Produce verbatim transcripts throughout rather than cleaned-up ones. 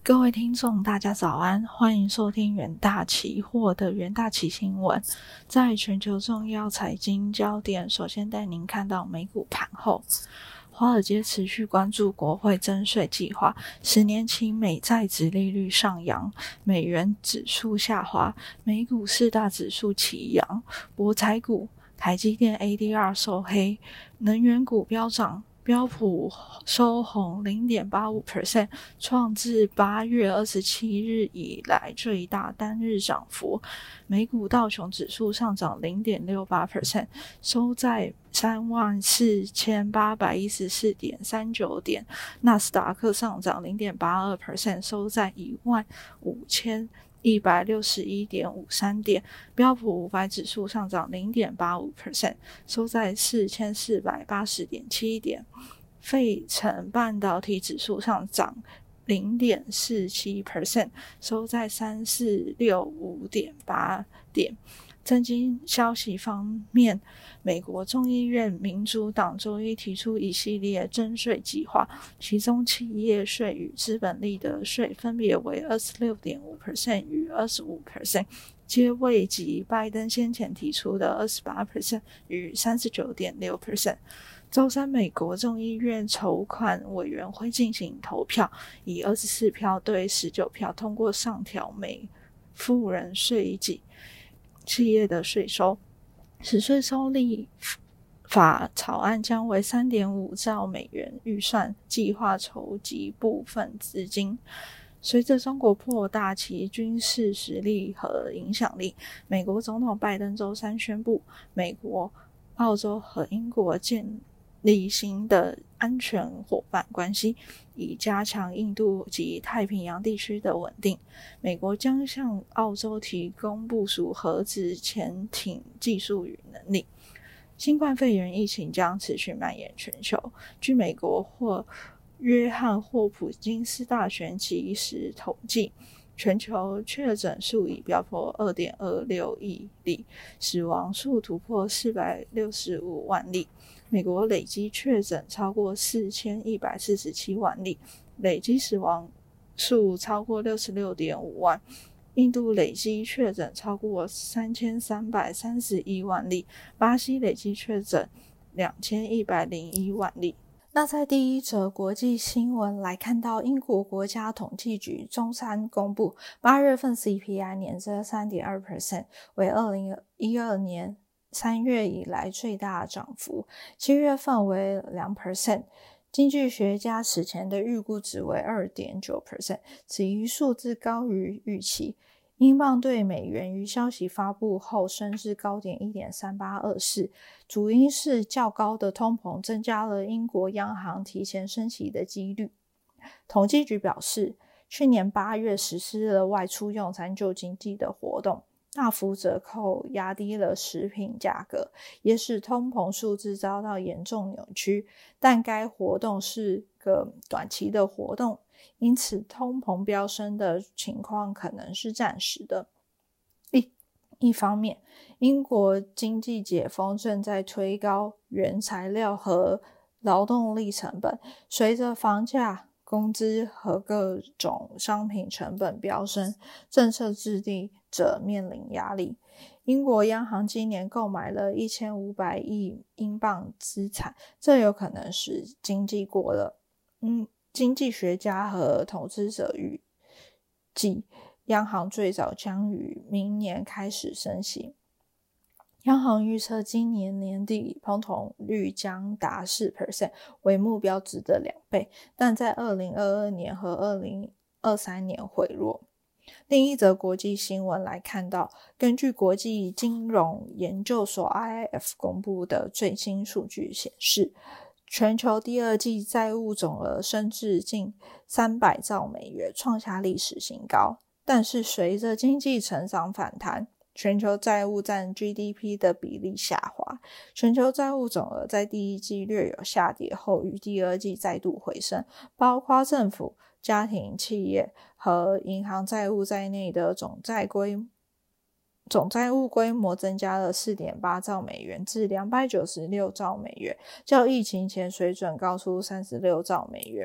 各位听众大家早安，欢迎收听元大期货的元大期新闻。在全球重要财经焦点，首先带您看到美股盘后。华尔街持续关注国会增税计划，十年期美债殖利率上扬，美元指数下滑，美股四大指数齐扬，博彩股台积电 A D R 收黑，能源股飙涨，标普收红 百分之零点八五， 创自八月二十七日以来最大单日涨幅。美股道琼指数上涨 零点六八， 收在 三万四千八百一十四点三九 点，纳斯达克上涨 零点八二， 收在 一万五千一百六十一点五三 点，标普五百指数上涨 零点八五， 收在四千四百八十点七 点，费城半导体指数上涨 零点四七， 收在三千四百六十五点八 点。政经消息方面，美国众议院民主党周一提出一系列增税计划，其中企业税与资本利得税分别为 百分之二十六点五 与 百分之二十五， 皆位及拜登先前提出的 百分之二十八 与 百分之三十九点六。周三，美国众议院筹款委员会进行投票，以二十四票对十九票通过上调每富人税及企业的税收，使税收立法草案将为 三点五兆美元预算计划筹集部分资金。随着中国扩大其军事实力和影响力，美国总统拜登周三宣布，美国、澳洲和英国建立新的安全伙伴关系，以加强印度及太平洋地区的稳定。美国将向澳洲提供部署核子潜艇技术与能力。新冠肺炎疫情将持续蔓延全球。据美国或约翰霍普金斯大学及时统计，全球确诊数已飙破 二点二六亿例，死亡数突破四百六十五万例。美国累积确诊超过四千一百四十七万例，累积死亡数超过 六十六点五万。印度累积确诊超过三千三百三十一万例，巴西累积确诊两千一百零一万例。那在第一则国际新闻来看到，英国国家统计局周三公布八月份 C P I 年增 百分之三点二， 为二零一二年三月以来最大涨幅，七月份为 百分之二。经济学家此前的预估值为 百分之二点九， 此一数字高于预期。英镑对美元于消息发布后升至高点 一点三八二四， 主因是较高的通膨增加了英国央行提前升息的几率。统计局表示，去年八月实施了外出用餐救经济的活动，大幅折扣压低了食品价格，也使通膨数字遭到严重扭曲，但该活动是个短期的活动，因此通膨飙升的情况可能是暂时的。一, 一方面，英国经济解封正在推高原材料和劳动力成本，随着房价、工资和各种商品成本飙升，政策制定者面临压力。英国央行今年购买了一千五百亿英镑资产，这有可能使经济过热。嗯，经济学家和投资者预计，央行最早将于明年开始升息。央行预测今年年底通膨率将达 百分之四， 为目标值的两倍，但在二零二二年和二零二三年回落。另一则国际新闻来看到，根据国际金融研究所 I I F 公布的最新数据显示，全球第二季债务总额升至近三百兆美元，创下历史新高。但是随着经济成长反弹，全球债务占 G D P 的比例下滑，全球债务总额在第一季略有下跌后，于第二季再度回升，包括政府、家庭、企业和银行债务在内的总债规总债务规模增加了 四点八兆美元至两百九十六兆美元，较疫情前水准高出三十六兆美元。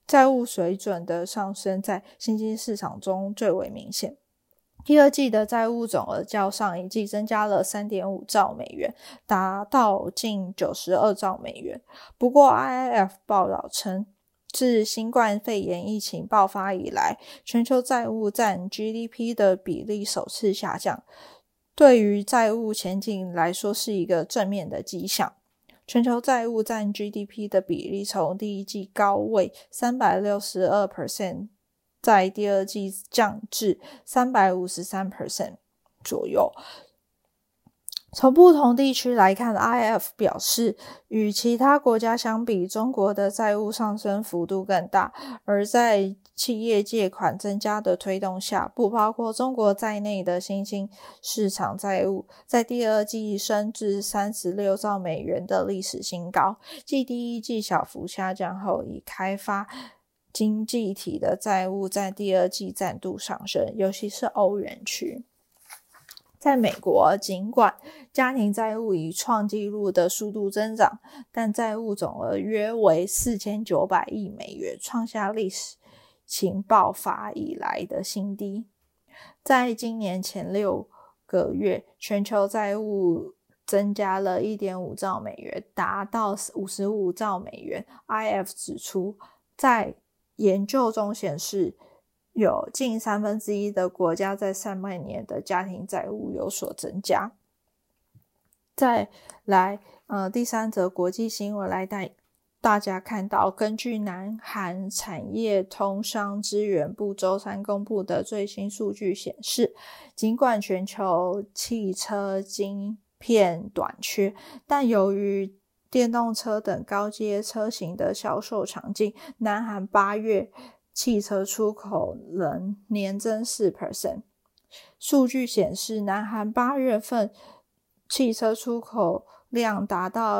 债务水准的上升在新兴市场中最为明显。第二季的债务总额较上一季增加了 三点五兆美元，达到近九十二兆美元。不过 I I F 报道称，自新冠肺炎疫情爆发以来，全球债务占 G D P 的比例首次下降，对于债务前景来说是一个正面的迹象。全球债务占 G D P 的比例从第一季高位 百分之三百六十二， 在第二季降至 百分之三百五十三 左右。从不同地区来看 I I F 表示，与其他国家相比，中国的债务上升幅度更大，而在企业借款增加的推动下，不包括中国在内的新兴市场债务在第二季升至三十六兆美元的历史新高，继第一季小幅下降后，已开发经济体的债务在第二季再度上升，尤其是欧元区。在美国，尽管家庭债务以创纪录的速度增长，但债务总额约为四千九百亿美元，创下历史情爆发以来的新低。在今年前六个月，全球债务增加了 一点五兆美元，达到五十五兆美元。I F 指出，在研究中显示，有近三分之一的国家在上半年的家庭债务有所增加。再来，呃，第三则国际新闻来带大家看到，根据南韩产业通商资源部周三公布的最新数据显示，尽管全球汽车晶片短缺，但由于电动车等高阶车型的销售强劲，南韩八月汽车出口仍年增 百分之四。 数据显示，南韩八月份汽车出口量达到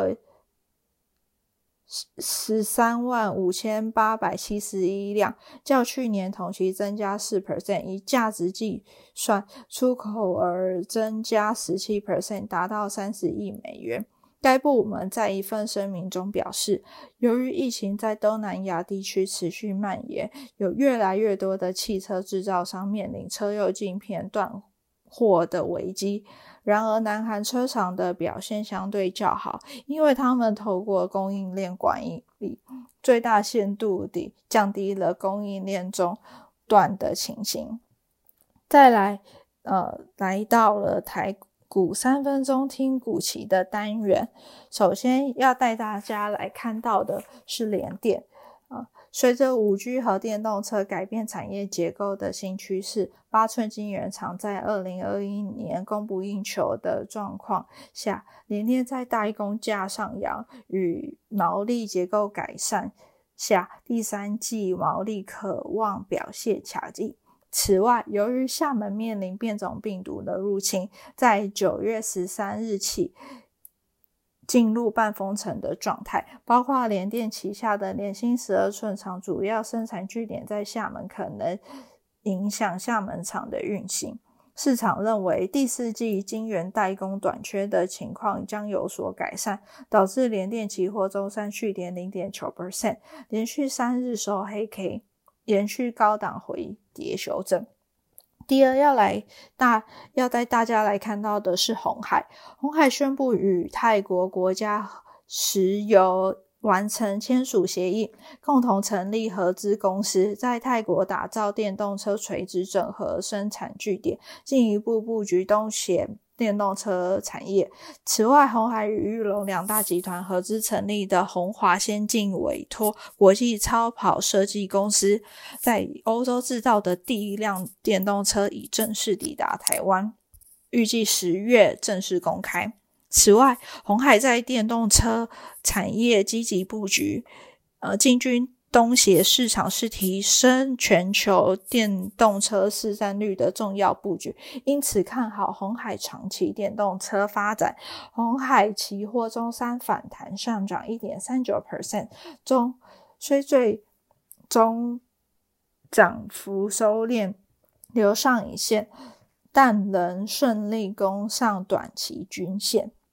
十三万五千八百七十一辆，较去年同期增加 百分之四， 以价值计算，出口额增加 百分之十七， 达到三十亿美元。该部门在一份声明中表示，由于疫情在东南亚地区持续蔓延，有越来越多的汽车制造商面临车用晶片断货的危机。然而，南韩车厂的表现相对较好，因为他们透过供应链管理，最大限度地降低了供应链中断的情形。再来，呃，来到了台股三分钟听股期的单元，首先要带大家来看到的是联电。呃、随着 五 G 和电动车改变产业结构的新趋势，八寸晶圆厂在二零二一年供不应求的状况下，联电在代工价上扬与毛利结构改善下，第三季毛利可望表现强劲。此外，由于厦门面临变种病毒的入侵，在九月十三日起进入半封城的状态，包括联电旗下的联芯十二寸厂主要生产据点在厦门，可能影响厦门厂的运行。市场认为第四季晶圆代工短缺的情况将有所改善，导致联电期货周三续跌 百分之零点九， 连续三日收黑 K， 延续高档回跌修正。第二要来大要带大家来看到的是鸿海。鸿海宣布与泰国国家石油完成签署协议，共同成立合资公司，在泰国打造电动车垂直整合生产据点，进一步布局东协电动车产业。此外，鸿海与裕隆两大集团合资成立的鸿华先进委托国际超跑设计公司，在欧洲制造的第一辆电动车已正式抵达台湾，预计十月正式公开。此外，鸿海在电动车产业积极布局，呃，进军东协市场是提升全球电动车市占率的重要布局，因此看好鸿海长期电动车发展。鸿海期货周三反弹上涨 百分之一点三九， 中虽最终涨幅收敛留上影线，但仍顺利攻上短期均线。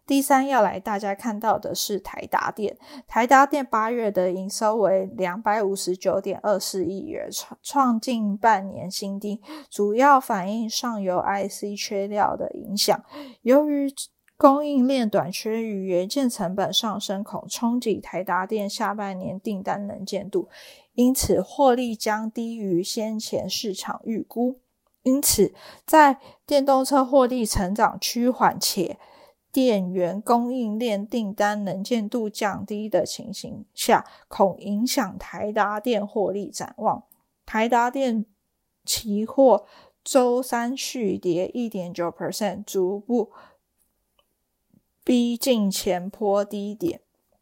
第三要来大家看到的是台达电，台达电八月的营收为 两百五十九点二四亿元，创近半年新低，主要反映上游 I C 缺料的影响。由于供应链短缺与元件成本上升，恐冲击台达电下半年订单能见度，因此获利将低于先前市场预估。因此在电动车获利成长趋缓且电源供应链订单能见度降低的情形下，恐影响台达电获利展望。台达电期货周三续跌 百分之一点九， 逐步逼近前波低点。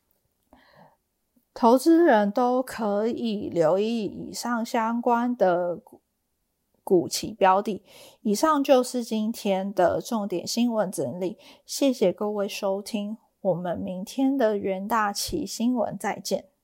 投资人都可以留意以上相关的股期标的。以上就是今天的重点新闻整理，谢谢各位收听，我们明天的元大期新闻再见。